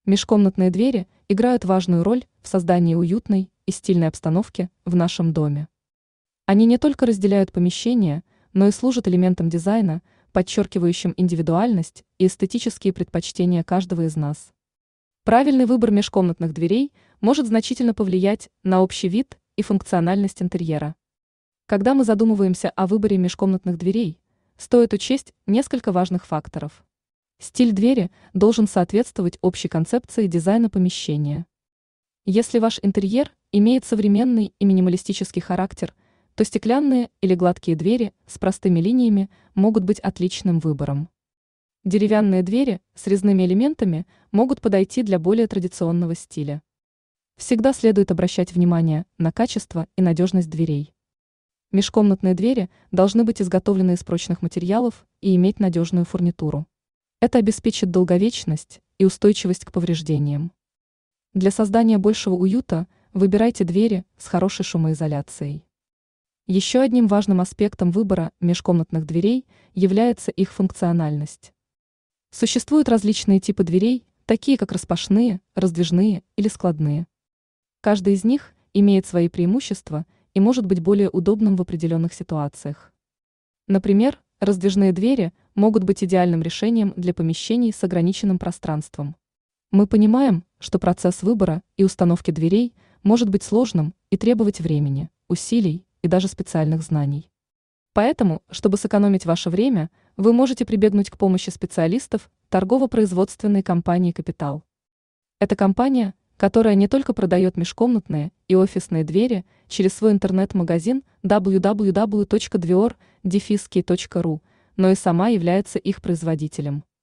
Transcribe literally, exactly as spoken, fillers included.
Межкомнатные двери играют важную роль в создании уютной и стильной обстановки в нашем доме. Они не только разделяют помещения, но и служат элементом дизайна, подчеркивающим индивидуальность и эстетические предпочтения каждого из нас. Правильный выбор межкомнатных дверей может значительно повлиять на общий вид и функциональность интерьера. Когда мы задумываемся о выборе межкомнатных дверей, стоит учесть несколько важных факторов. Стиль двери должен соответствовать общей концепции дизайна помещения. Если ваш интерьер имеет современный и минималистический характер, то стеклянные или гладкие двери с простыми линиями могут быть отличным выбором. Деревянные двери с резными элементами могут подойти для более традиционного стиля. Всегда следует обращать внимание на качество и надежность дверей. Межкомнатные двери должны быть изготовлены из прочных материалов и иметь надежную фурнитуру. Это обеспечит долговечность и устойчивость к повреждениям. Для создания большего уюта выбирайте двери с хорошей шумоизоляцией. Еще одним важным аспектом выбора межкомнатных дверей является их функциональность. Существуют различные типы дверей, такие как распашные, раздвижные или складные. Каждый из них имеет свои преимущества и может быть более удобным в определенных ситуациях. Например, раздвижные двери могут быть идеальным решением для помещений с ограниченным пространством. Мы понимаем, что процесс выбора и установки дверей может быть сложным и требовать времени, усилий и даже специальных знаний. Поэтому, чтобы сэкономить ваше время, вы можете прибегнуть к помощи специалистов торгово-производственной компании «Капитал». Это компания, которая не только продает межкомнатные и офисные двери через свой интернет-магазин дабл ю дабл ю дабл ю точка двор дефис кей точка ру, но и сама является их производителем.